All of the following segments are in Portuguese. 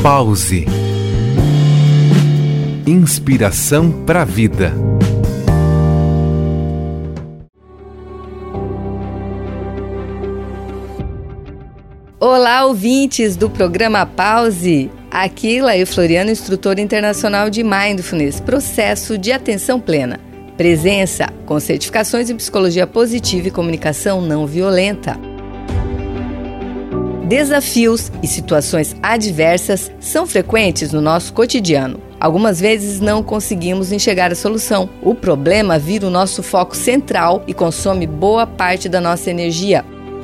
Pause. Inspiração para a vida. Olá, ouvintes do programa Pause. Aqui, Laí Floriano, instrutora internacional de Mindfulness, processo de atenção plena. Presença com certificações em psicologia positiva e comunicação não violenta. Desafios e situações adversas são frequentes no nosso cotidiano. Algumas vezes não conseguimos enxergar a solução. O problema vira o nosso foco central e consome boa parte da nossa energia.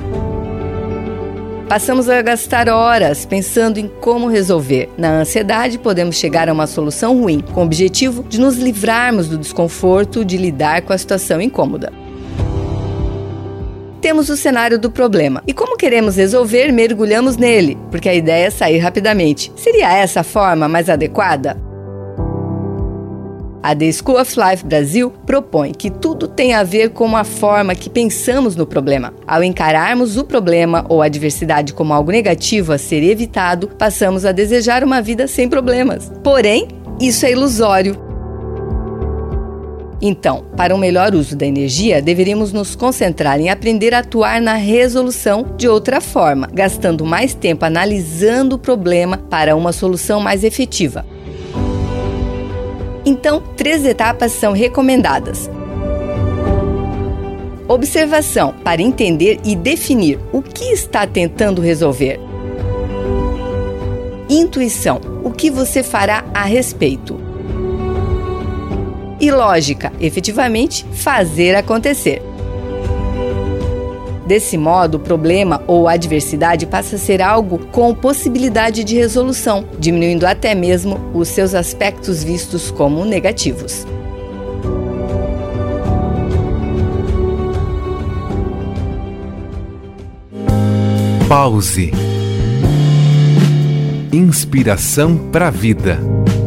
Passamos a gastar horas pensando em como resolver. Na ansiedade, podemos chegar a uma solução ruim, com o objetivo de nos livrarmos do desconforto de lidar com a situação incômoda. Temos o cenário do problema. E como queremos resolver, mergulhamos nele, porque a ideia é sair rapidamente. Seria essa a forma mais adequada? A The School of Life Brasil propõe que tudo tem a ver com a forma que pensamos no problema. Ao encararmos o problema ou a adversidade como algo negativo a ser evitado, passamos a desejar uma vida sem problemas. Porém, isso é ilusório. Então, para um melhor uso da energia, deveríamos nos concentrar em aprender a atuar na resolução de outra forma, gastando mais tempo analisando o problema para uma solução mais efetiva. Então, 3 etapas são recomendadas. Observação, para entender e definir o que está tentando resolver. Intuição, o que você fará a respeito. E lógica, efetivamente, fazer acontecer. Desse modo, o problema ou a adversidade passa a ser algo com possibilidade de resolução, diminuindo até mesmo os seus aspectos vistos como negativos. Pause. Inspiração para a vida.